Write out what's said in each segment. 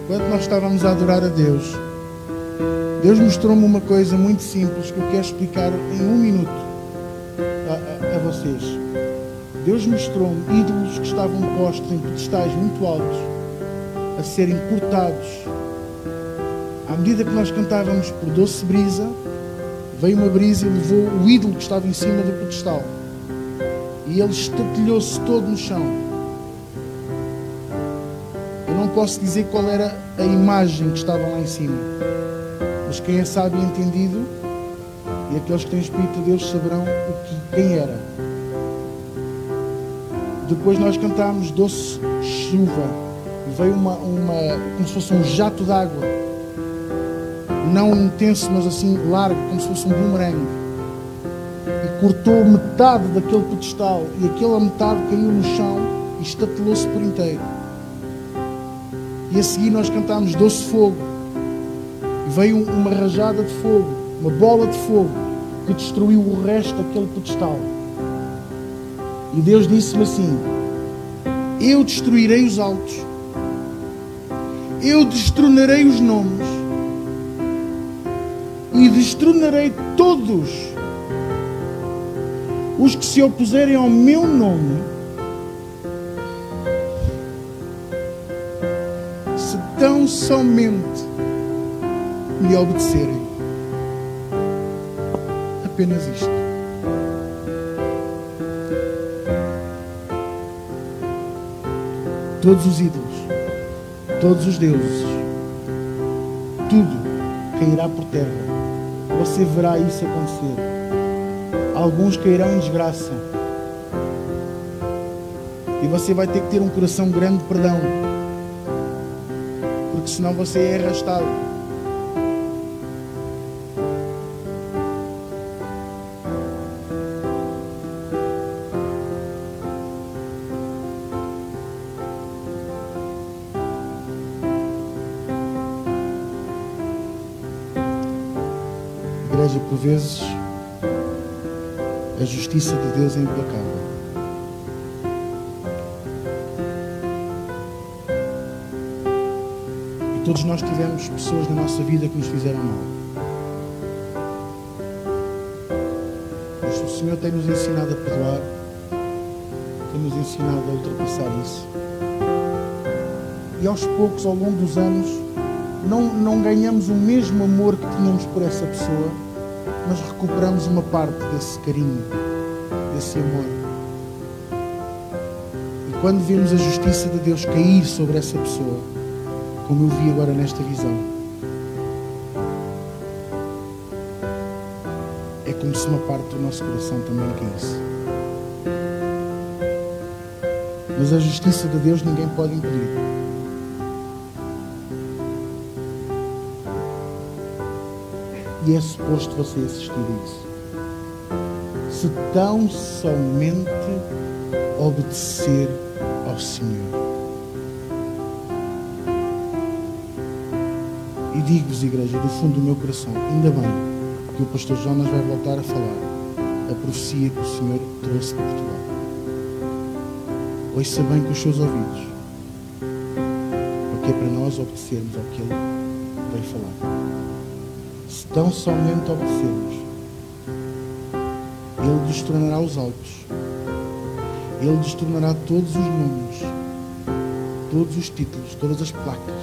Enquanto nós estávamos a adorar a Deus, Deus mostrou-me uma coisa muito simples que eu quero explicar em um minuto a vocês. Deus mostrou-me ídolos que estavam postos em pedestais muito altos a serem cortados. À medida que nós cantávamos por doce brisa, veio uma brisa e levou o ídolo que estava em cima do pedestal e ele estatelhou-se todo no chão. Eu não posso dizer qual era a imagem que estava lá em cima, mas quem é sábio e entendido e aqueles que têm Espírito de Deus saberão quem era. Depois nós cantámos Doce Chuva e veio como se fosse um jato de água, não intenso, mas assim largo, como se fosse um bumerangue, e cortou metade daquele pedestal e aquela metade caiu no chão e estatelou-se por inteiro. E a seguir nós cantámos Doce Fogo e veio uma rajada de fogo, uma bola de fogo que destruiu o resto daquele pedestal. E Deus disse-me assim: eu destruirei os altos, eu destronarei os nomes e destronarei todos os que se opuserem ao meu nome, se tão somente me obedecerem. Apenas isto. Todos os ídolos, todos os deuses, tudo cairá por terra. Você verá isso acontecer. Alguns cairão em desgraça. E você vai ter que ter um coração grande de perdão, porque senão você é arrastado. Igreja, por vezes a justiça de Deus é implacável. E todos nós tivemos pessoas na nossa vida que nos fizeram mal. Mas o Senhor tem-nos ensinado a perdoar, tem-nos ensinado a ultrapassar isso. E aos poucos, ao longo dos anos, não ganhamos o mesmo amor que tínhamos por essa pessoa, mas recuperamos uma parte desse carinho, desse amor. E quando vemos a justiça de Deus cair sobre essa pessoa, como eu vi agora nesta visão, é como se uma parte do nosso coração também caísse. Mas a justiça de Deus ninguém pode impedir. E é suposto você assistir a isso. Se tão somente obedecer ao Senhor. E digo-vos, igreja, do fundo do meu coração, ainda bem que o pastor Jonas vai voltar a falar a profecia que o Senhor trouxe de Portugal. Ouça bem com os seus ouvidos, porque é para nós obedecermos ao que Ele veio falar. Se tão somente obedecermos, Ele destronará os altos, Ele destronará todos os nomes, todos os títulos, todas as placas,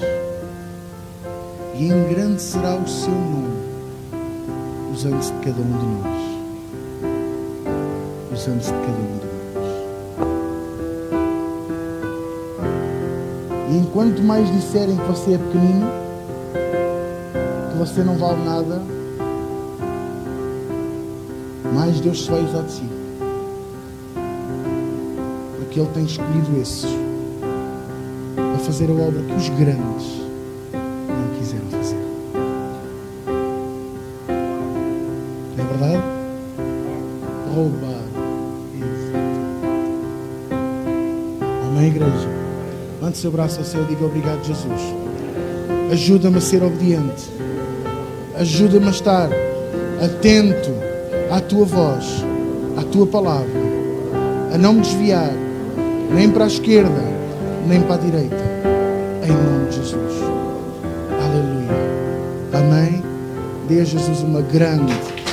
e engrandecerá o seu nome, usando-se de cada um de nós. Usando-se de cada um de nós. E enquanto mais disserem que você é pequenino, que você não vale nada, mais Deus se vai usar de si. Porque Ele tem escolhido esses para fazer a obra que os grandes não quiseram fazer. Não é verdade? Roubar. Amém, igreja? Levante o seu braço ao céu e diga: obrigado, Jesus. Ajuda-me a ser obediente. Ajuda-me a estar atento à tua voz, à tua palavra, a não me desviar nem para a esquerda nem para a direita, em nome de Jesus. Amém? Dê a Jesus uma grande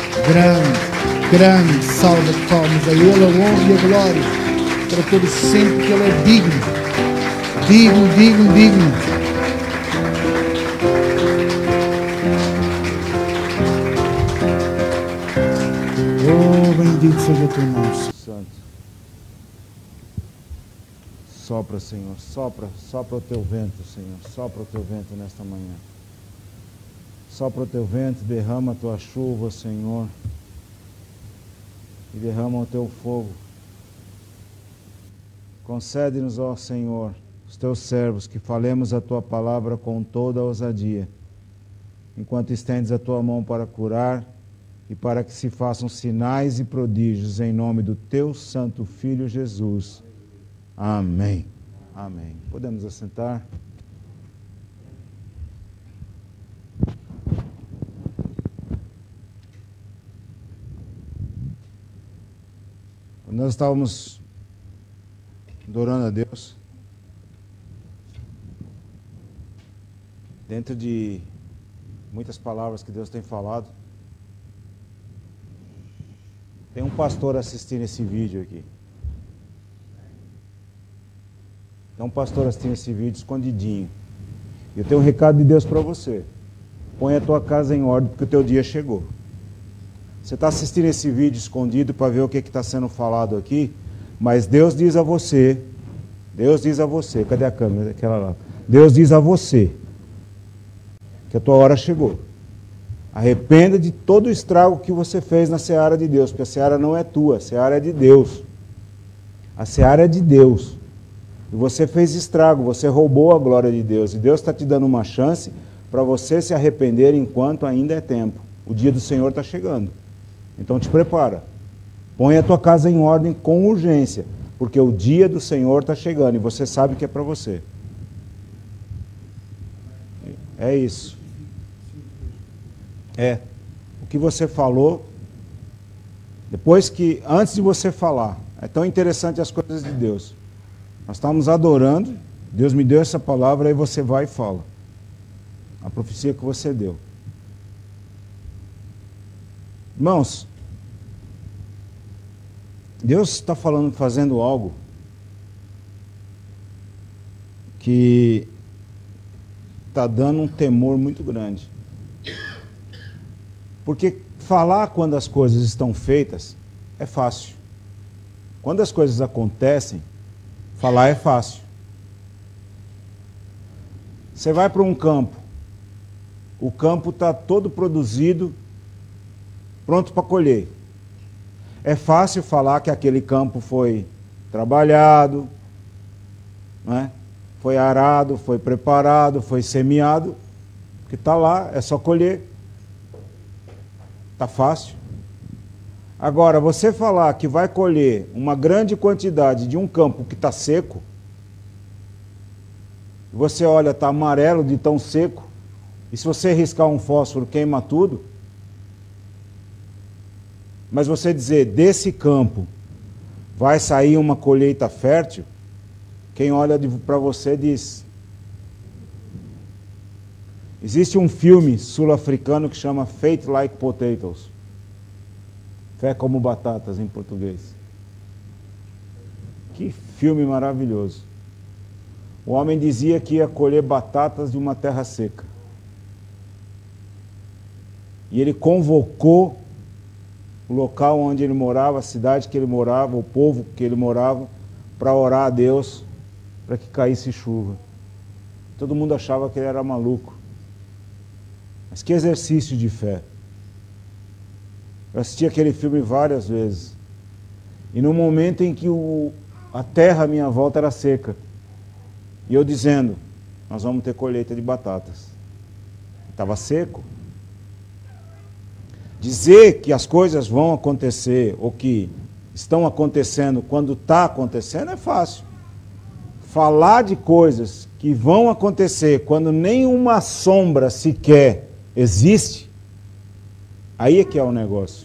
salva de palmas. A Ele a honra e a glória para todos sempre, que Ele é digno. Oh, bendito seja o teu nome. Santo. Sopra, Senhor, sopra o teu vento, Senhor, sopra o teu vento nesta manhã. Sopra o teu vento, derrama a tua chuva, Senhor, e derrama o teu fogo. Concede-nos, ó Senhor, os teus servos, que falemos a tua palavra com toda a ousadia, enquanto estendes a tua mão para curar e para que se façam sinais e prodígios em nome do teu santo Filho Jesus. Amém. Amém. Podemos assentar? Nós estávamos adorando a Deus, dentro de muitas palavras que Deus tem falado. Tem um pastor assistindo esse vídeo aqui. Tem um pastor assistindo esse vídeo escondidinho. E eu tenho um recado de Deus para você. Põe a tua casa em ordem, porque o teu dia chegou. Você está assistindo esse vídeo escondido para ver o que está sendo falado aqui, mas Deus diz a você, cadê a câmera? Aquela lá. Deus diz a você que a tua hora chegou. Arrependa de todo o estrago que você fez na seara de Deus, porque a seara não é tua, a seara é de Deus. A seara é de Deus. E você fez estrago, você roubou a glória de Deus. E Deus está te dando uma chance para você se arrepender enquanto ainda é tempo. O dia do Senhor está chegando. Então te prepara. Põe a tua casa em ordem com urgência, porque o dia do Senhor está chegando e você sabe que é para você. É isso. O que você falou, antes de você falar, é tão interessante as coisas de Deus. Nós estávamos adorando, Deus me deu essa palavra, aí você vai e fala. A profecia que você deu. Irmãos, Deus está fazendo algo que está dando um temor muito grande. Porque falar quando as coisas estão feitas é fácil. Quando as coisas acontecem, falar é fácil. Você vai para um campo, o campo está todo produzido, pronto para colher. É fácil falar que aquele campo foi trabalhado, né? Foi arado, foi preparado, foi semeado, porque está lá, é só colher. Está fácil. Agora, você falar que vai colher uma grande quantidade de um campo que está seco, você olha, está amarelo de tão seco, e se você riscar um fósforo, queima tudo. Mas você dizer, desse campo vai sair uma colheita fértil, quem olha para você diz. Existe um filme sul-africano que chama Faith Like Potatoes. Fé como batatas em português. Que filme maravilhoso. O homem dizia que ia colher batatas de uma terra seca. E ele convocou o local onde ele morava, a cidade que ele morava, o povo que ele morava, para orar a Deus para que caísse chuva. Todo mundo achava que ele era maluco. Mas que exercício de fé. Eu assisti aquele filme várias vezes. E no momento em que a terra à minha volta era seca, e eu dizendo, nós vamos ter colheita de batatas. Estava seco. Dizer que as coisas vão acontecer, ou que estão acontecendo quando está acontecendo, é fácil. Falar de coisas que vão acontecer quando nenhuma sombra sequer existe, aí é que é o negócio.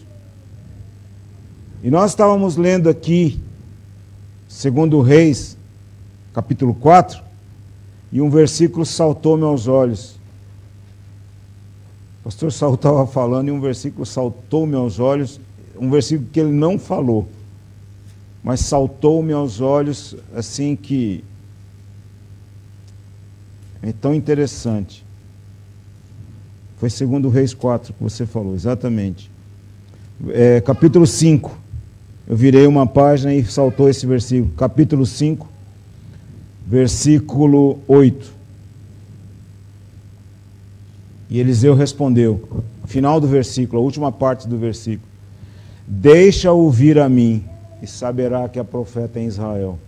E nós estávamos lendo aqui, segundo Reis, capítulo 4, e um versículo saltou-me aos olhos. pastor Saul estava falando e um versículo saltou-me aos olhos, um versículo que ele não falou, mas saltou-me aos olhos assim que é tão interessante. Foi 2 Reis 4 que você falou, exatamente. Capítulo 5. Eu virei uma página e saltou esse versículo. Capítulo 5, versículo 8. E Eliseu respondeu, final do versículo, a última parte do versículo: deixa-o vir a mim, e saberá que a profeta é em Israel.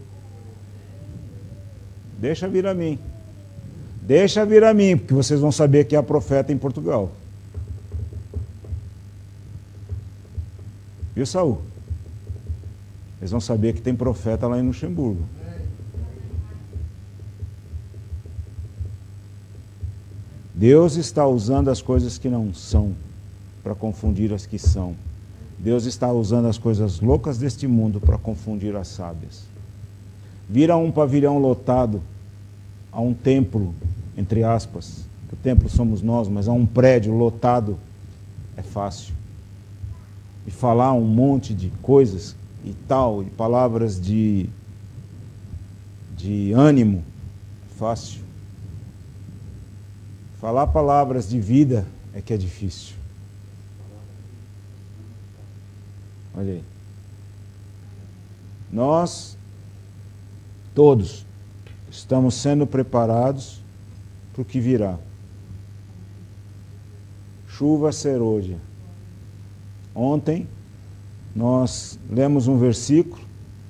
Deixa vir a mim. Deixa vir a mim, porque vocês vão saber que há profeta em Portugal. Viu, Saul? Eles vão saber que tem profeta lá em Luxemburgo. Deus está usando as coisas que não são para confundir as que são. Deus está usando as coisas loucas deste mundo para confundir as sábias. Vir a um pavilhão lotado, a um templo, entre aspas, o templo somos nós, mas a um prédio lotado é fácil. E falar um monte de coisas e tal, e palavras de ânimo, é fácil. Falar palavras de vida é que é difícil. Olha aí. Nós, todos, estamos sendo preparados para o que virá. Chuva serôdia. Ontem, nós lemos um versículo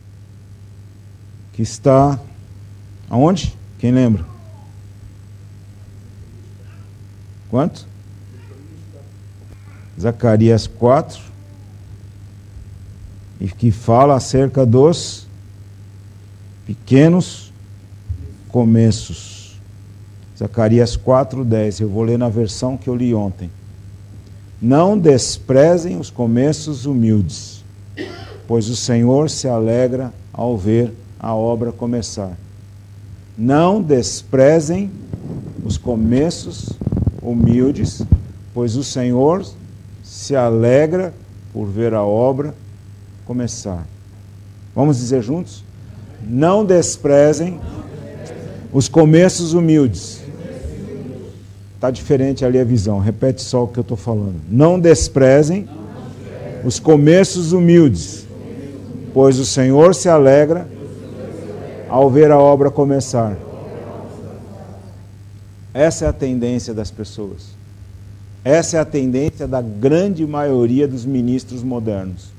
que está... Aonde? Quem lembra? Quanto? Zacarias 4, e que fala acerca dos pequenos começos. Zacarias 4:10, eu vou ler na versão que eu li ontem. Não desprezem os começos humildes, pois o Senhor se alegra ao ver a obra começar. Não desprezem os começos humildes, pois o Senhor se alegra por ver a obra começar. Vamos dizer juntos? Não desprezem os começos humildes. Está diferente ali a visão. Repete só o que eu estou falando. Não desprezem os começos humildes, pois o Senhor se alegra ao ver a obra começar. Essa é a tendência das pessoas. Essa é a tendência da grande maioria dos ministros modernos.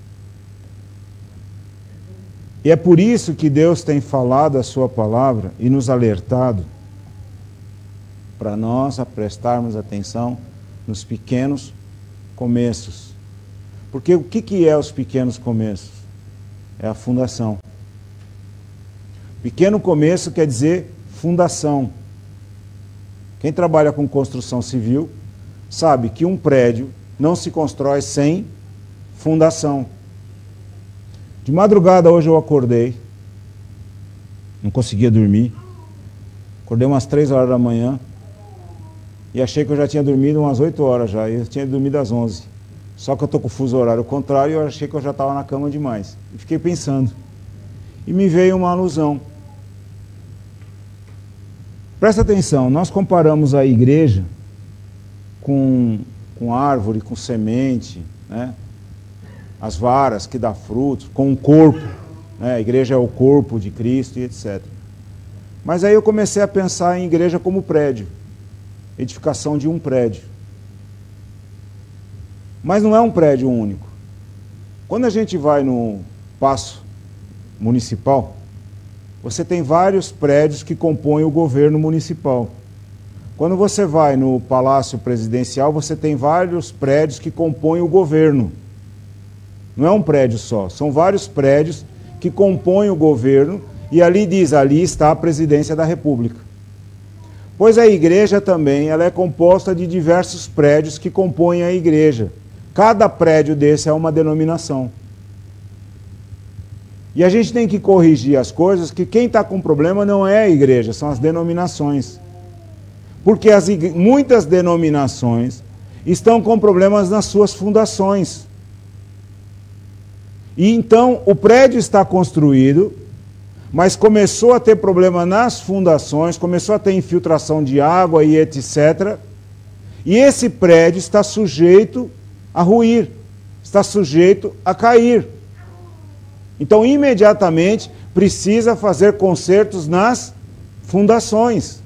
E é por isso que Deus tem falado a sua palavra e nos alertado para nós prestarmos atenção nos pequenos começos. Porque o que é os pequenos começos? É a fundação. Pequeno começo quer dizer fundação. Quem trabalha com construção civil sabe que um prédio não se constrói sem fundação. De madrugada hoje eu acordei, não conseguia dormir, acordei umas 3 horas da manhã e achei que eu já tinha dormido umas 8 horas já, e eu tinha dormido às 11. Só que eu estou com o fuso horário contrário e eu achei que eu já estava na cama demais. E fiquei pensando. E me veio uma alusão. Presta atenção, nós comparamos a igreja com árvore, com semente, né? As varas que dá frutos, com o corpo, né? A igreja é o corpo de Cristo e etc. Mas aí eu comecei a pensar em igreja como prédio, edificação de um prédio. Mas não é um prédio único. Quando a gente vai no Paço Municipal, você tem vários prédios que compõem o governo municipal. Quando você vai no Palácio Presidencial, você tem vários prédios que compõem o governo. Não é um prédio só, são vários prédios que compõem o governo e ali diz, ali está a Presidência da República. Pois a igreja também, ela é composta de diversos prédios que compõem a igreja. Cada prédio desse é uma denominação. E a gente tem que corrigir as coisas, que quem está com problema não é a igreja, são as denominações. Porque muitas denominações estão com problemas nas suas fundações. E então o prédio está construído, mas começou a ter problema nas fundações, começou a ter infiltração de água e etc. E esse prédio está sujeito a ruir, está sujeito a cair. Então, imediatamente, precisa fazer consertos nas fundações.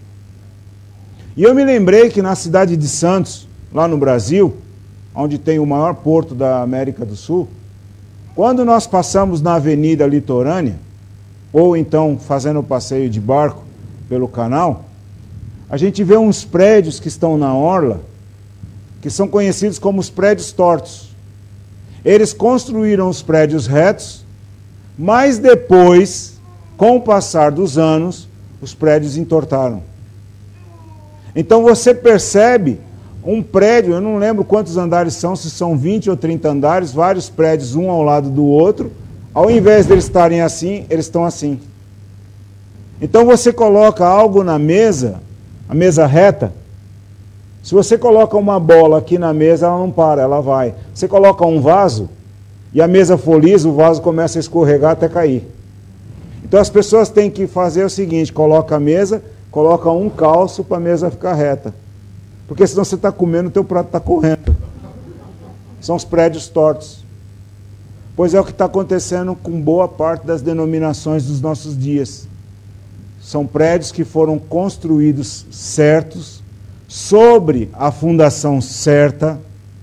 E eu me lembrei que na cidade de Santos, lá no Brasil, onde tem o maior porto da América do Sul, quando nós passamos na avenida litorânea, ou então fazendo o passeio de barco pelo canal, a gente vê uns prédios que estão na orla, que são conhecidos como os prédios tortos. Eles construíram os prédios retos, mas depois, com o passar dos anos, os prédios entortaram. Então você percebe um prédio, eu não lembro quantos andares são, se são 20 ou 30 andares, vários prédios um ao lado do outro, ao invés de eles estarem assim, eles estão assim. Então você coloca algo na mesa, a mesa reta, se você coloca uma bola aqui na mesa, ela não para, ela vai. Você coloca um vaso, e a mesa for lisa, o vaso começa a escorregar até cair. Então as pessoas têm que fazer o seguinte, coloca a mesa, coloca um calço para a mesa ficar reta. Porque senão você está comendo, o teu prato está correndo. São os prédios tortos. Pois é o que está acontecendo com boa parte das denominações dos nossos dias. São prédios que foram construídos certos, sobre a fundação certa,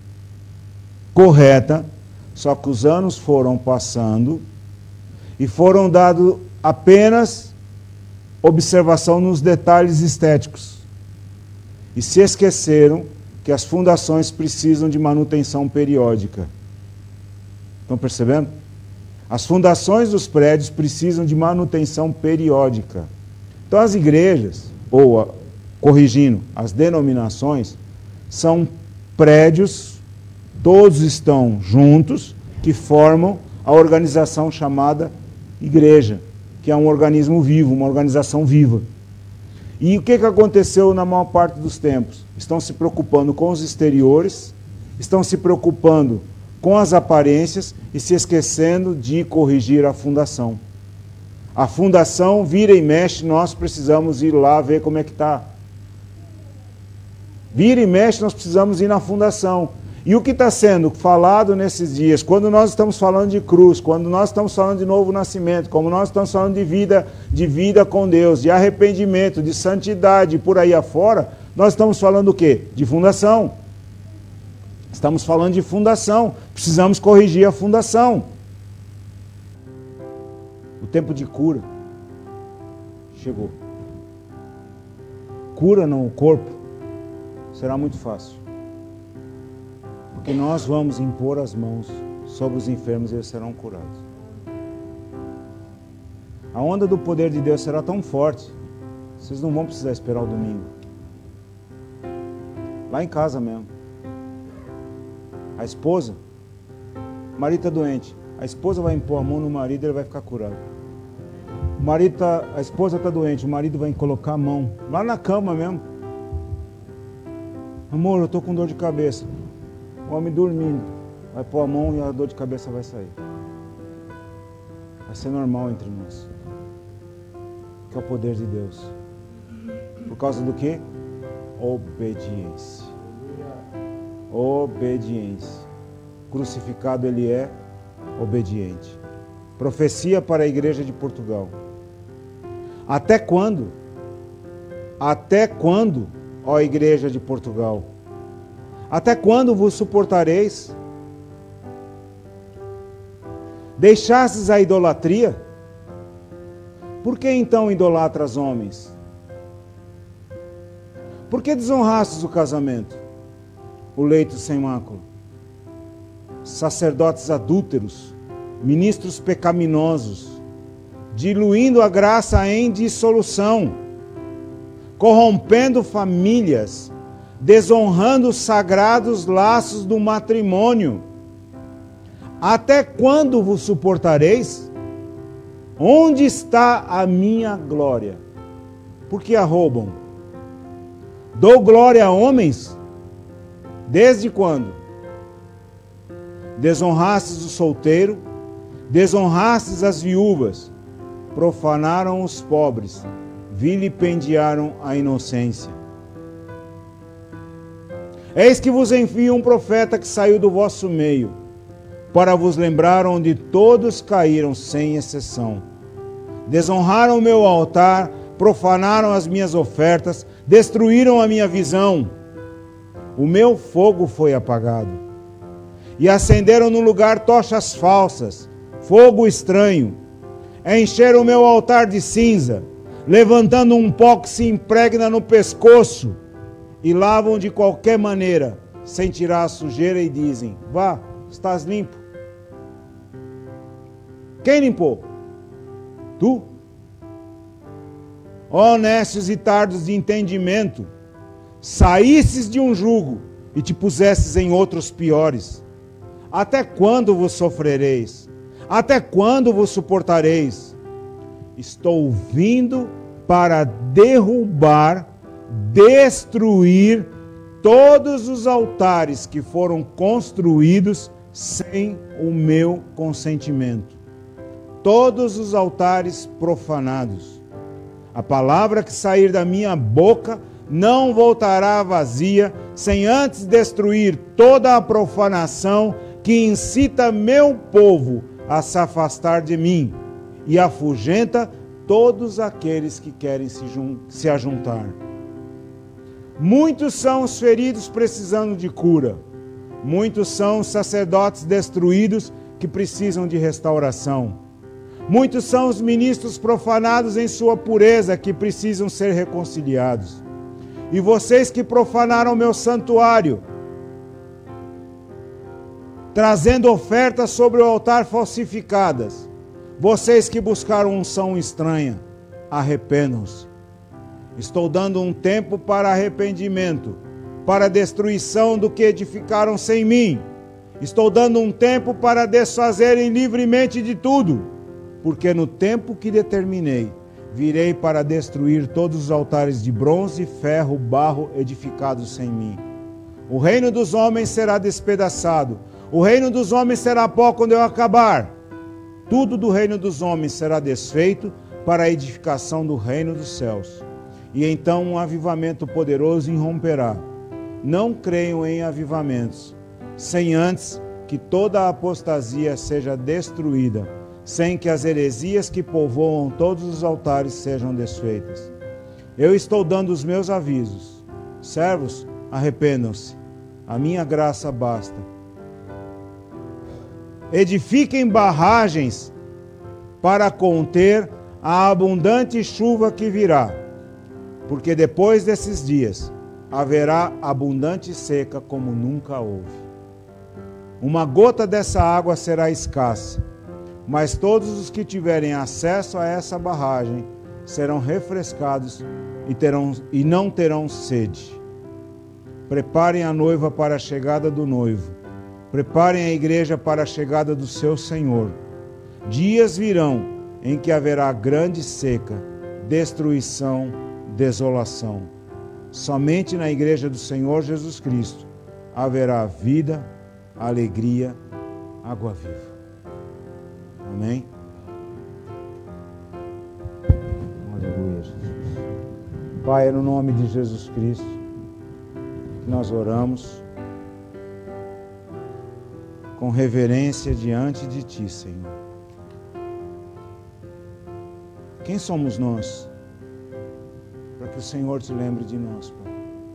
correta, só que os anos foram passando e foram dados apenas observação nos detalhes estéticos. E se esqueceram que as fundações precisam de manutenção periódica. Estão percebendo? As fundações dos prédios precisam de manutenção periódica. Então as igrejas, ou corrigindo, as denominações, são prédios, todos estão juntos, que formam a organização chamada igreja, que é um organismo vivo, uma organização viva. E o que aconteceu na maior parte dos tempos? Estão se preocupando com os exteriores, estão se preocupando com as aparências e se esquecendo de corrigir a fundação. A fundação vira e mexe, nós precisamos ir lá ver como é que está. Vira e mexe, nós precisamos ir na fundação. E o que está sendo falado nesses dias, quando nós estamos falando de cruz, quando nós estamos falando de novo nascimento, como nós estamos falando de vida com Deus, de arrependimento, de santidade, por aí afora, nós estamos falando o quê? De fundação. Estamos falando de fundação. Precisamos corrigir a fundação. O tempo de cura chegou. Cura no corpo será muito fácil. Porque nós vamos impor as mãos sobre os enfermos e eles serão curados. A onda do poder de Deus será tão forte, vocês não vão precisar esperar o domingo. Lá em casa mesmo. A esposa, o marido está doente, a esposa vai impor a mão no marido e ele vai ficar curado. A esposa está doente, o marido vai colocar a mão, lá na cama mesmo. Amor, eu estou com dor de cabeça. O homem dormindo, vai pôr a mão e a dor de cabeça vai sair. Vai ser normal entre nós. Que é o poder de Deus. Por causa do quê? Obediência. Obediência. Crucificado ele é obediente. Profecia para a igreja de Portugal. Até quando? Até quando, ó igreja de Portugal? Até quando vos suportareis? Deixastes a idolatria? Por que então idolatras homens? Por que desonrastes o casamento? O leito sem mácula? Sacerdotes adúlteros, ministros pecaminosos, diluindo a graça em dissolução, corrompendo famílias, desonrando os sagrados laços do matrimônio. Até quando vos suportareis? Onde está a minha glória? Por que a roubam? Dou glória a homens? Desde quando? Desonrastes o solteiro, desonrastes as viúvas, profanaram os pobres, vilipendiaram a inocência. Eis que vos envio um profeta que saiu do vosso meio, para vos lembrar onde todos caíram sem exceção. Desonraram o meu altar, profanaram as minhas ofertas, destruíram a minha visão. O meu fogo foi apagado. E acenderam no lugar tochas falsas, fogo estranho. Encheram o meu altar de cinza, levantando um pó que se impregna no pescoço, e lavam de qualquer maneira, sem tirar a sujeira, e dizem: vá, estás limpo. Quem limpou? Tu? Ó necios e tardos de entendimento, saístes de um jugo e te pusestes em outros piores. Até quando vos sofrereis? Até quando vos suportareis? Estou vindo para derrubar, destruir todos os altares que foram construídos sem o meu consentimento. Todos os altares profanados. A palavra que sair da minha boca não voltará vazia, sem antes destruir toda a profanação que incita meu povo a se afastar de mim e afugenta todos aqueles que querem se ajuntar. Muitos são os feridos precisando de cura. Muitos são os sacerdotes destruídos que precisam de restauração. Muitos são os ministros profanados em sua pureza que precisam ser reconciliados. E vocês que profanaram meu santuário, trazendo ofertas sobre o altar falsificadas, vocês que buscaram unção estranha, arrependam-se. Estou dando um tempo para arrependimento, para a destruição do que edificaram sem mim. Estou dando um tempo para desfazerem livremente de tudo, porque no tempo que determinei, virei para destruir todos os altares de bronze, ferro, barro edificados sem mim. O reino dos homens será despedaçado. O reino dos homens será pó quando eu acabar. Tudo do reino dos homens será desfeito para a edificação do reino dos céus. E então um avivamento poderoso irromperá. Não creiam em avivamentos, sem antes que toda a apostasia seja destruída, sem que as heresias que povoam todos os altares sejam desfeitas. Eu estou dando os meus avisos. Servos, arrependam-se. A minha graça basta. Edifiquem barragens para conter a abundante chuva que virá, porque depois desses dias haverá abundante seca como nunca houve. Uma gota dessa água será escassa, mas todos os que tiverem acesso a essa barragem serão refrescados e não terão sede. Preparem a noiva para a chegada do noivo. Preparem a igreja para a chegada do seu Senhor. Dias virão em que haverá grande seca, destruição, desolação. Somente na igreja do Senhor Jesus Cristo haverá vida, alegria, água viva. Amém? Aleluia, Jesus. Pai, é no nome de Jesus Cristo que nós oramos com reverência diante de Ti, Senhor. Quem somos nós para que o Senhor te lembre de nós, Pai?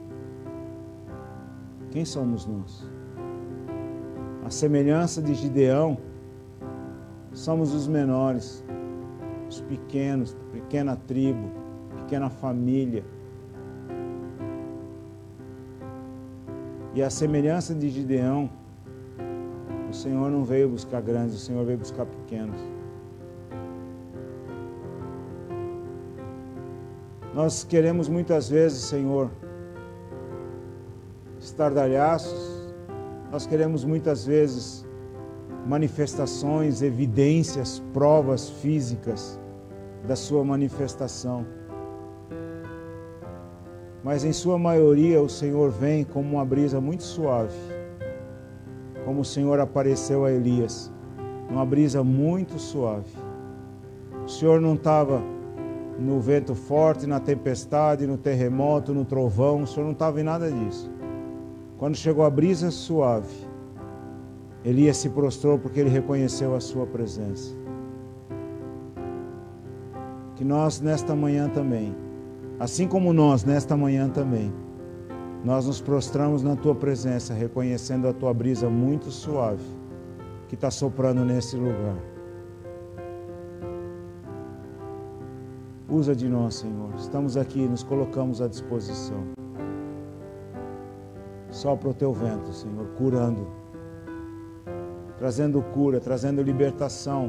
Quem somos nós? A semelhança de Gideão, somos os menores, os pequenos, pequena tribo, pequena família. E a semelhança de Gideão, o Senhor não veio buscar grandes, o Senhor veio buscar pequenos. Nós queremos muitas vezes, Senhor, estardalhaços, nós queremos muitas vezes manifestações, evidências, provas físicas da sua manifestação. mas em sua maioria o Senhor vem como uma brisa muito suave, como o Senhor apareceu a Elias, uma brisa muito suave. O Senhor não estava no vento forte, na tempestade, no terremoto, no trovão, o Senhor não estava em nada disso. Quando chegou a brisa suave, Elias se prostrou porque ele reconheceu a sua presença. Que nós nesta manhã também, assim como nós nesta manhã também, nós nos prostramos na tua presença, reconhecendo a tua brisa muito suave que está soprando nesse lugar. Usa de nós, Senhor. Estamos aqui, nos colocamos à disposição. Sopra o teu vento, Senhor, curando, trazendo cura, trazendo libertação.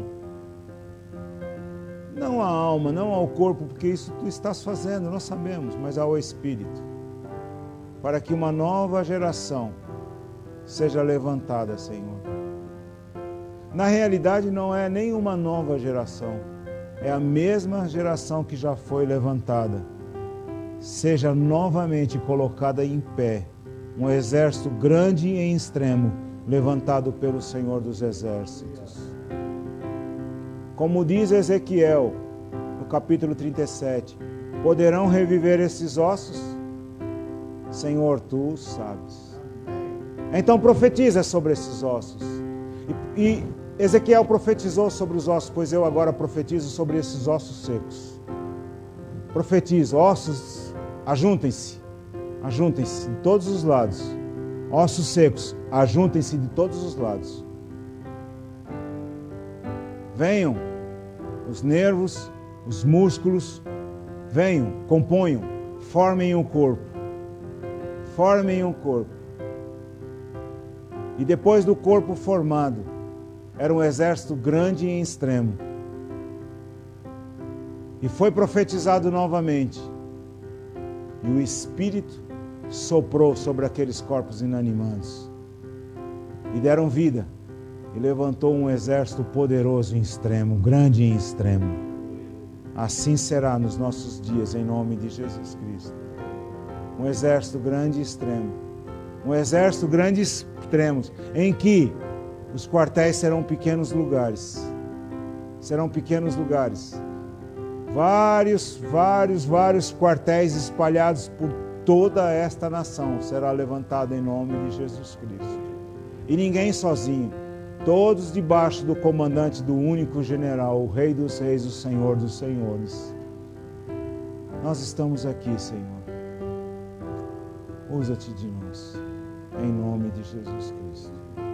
Não à alma, não ao corpo, porque isso tu estás fazendo, nós sabemos, mas ao Espírito. Para que uma nova geração seja levantada, Senhor. Na realidade, não é nenhuma nova geração. É a mesma geração que já foi levantada. Seja novamente colocada em pé um exército grande e extremo, levantado pelo Senhor dos Exércitos. Como diz Ezequiel, no capítulo 37, poderão reviver esses ossos? Senhor, tu sabes. Então profetiza sobre esses ossos. E Ezequiel profetizou sobre os ossos, pois eu agora profetizo sobre esses ossos secos. Profetizo, ossos, ajuntem-se de todos os lados. Ossos secos, ajuntem-se de todos os lados. Venham os nervos, os músculos, venham, componham, formem um corpo. Formem um corpo. E depois do corpo formado, era um exército grande e extremo. E foi profetizado novamente. E o Espírito soprou sobre aqueles corpos inanimados. E deram vida. E levantou um exército poderoso e extremo, grande e extremo. Assim será nos nossos dias, em nome de Jesus Cristo. Um exército grande e extremo. Um exército grande e extremo, em que os quartéis serão pequenos lugares. Serão pequenos lugares. Vários quartéis espalhados por toda esta nação será levantado em nome de Jesus Cristo. E ninguém sozinho. Todos debaixo do comandante do único general, o Rei dos Reis, o Senhor dos Senhores. Nós estamos aqui, Senhor. Usa-te de nós, em nome de Jesus Cristo.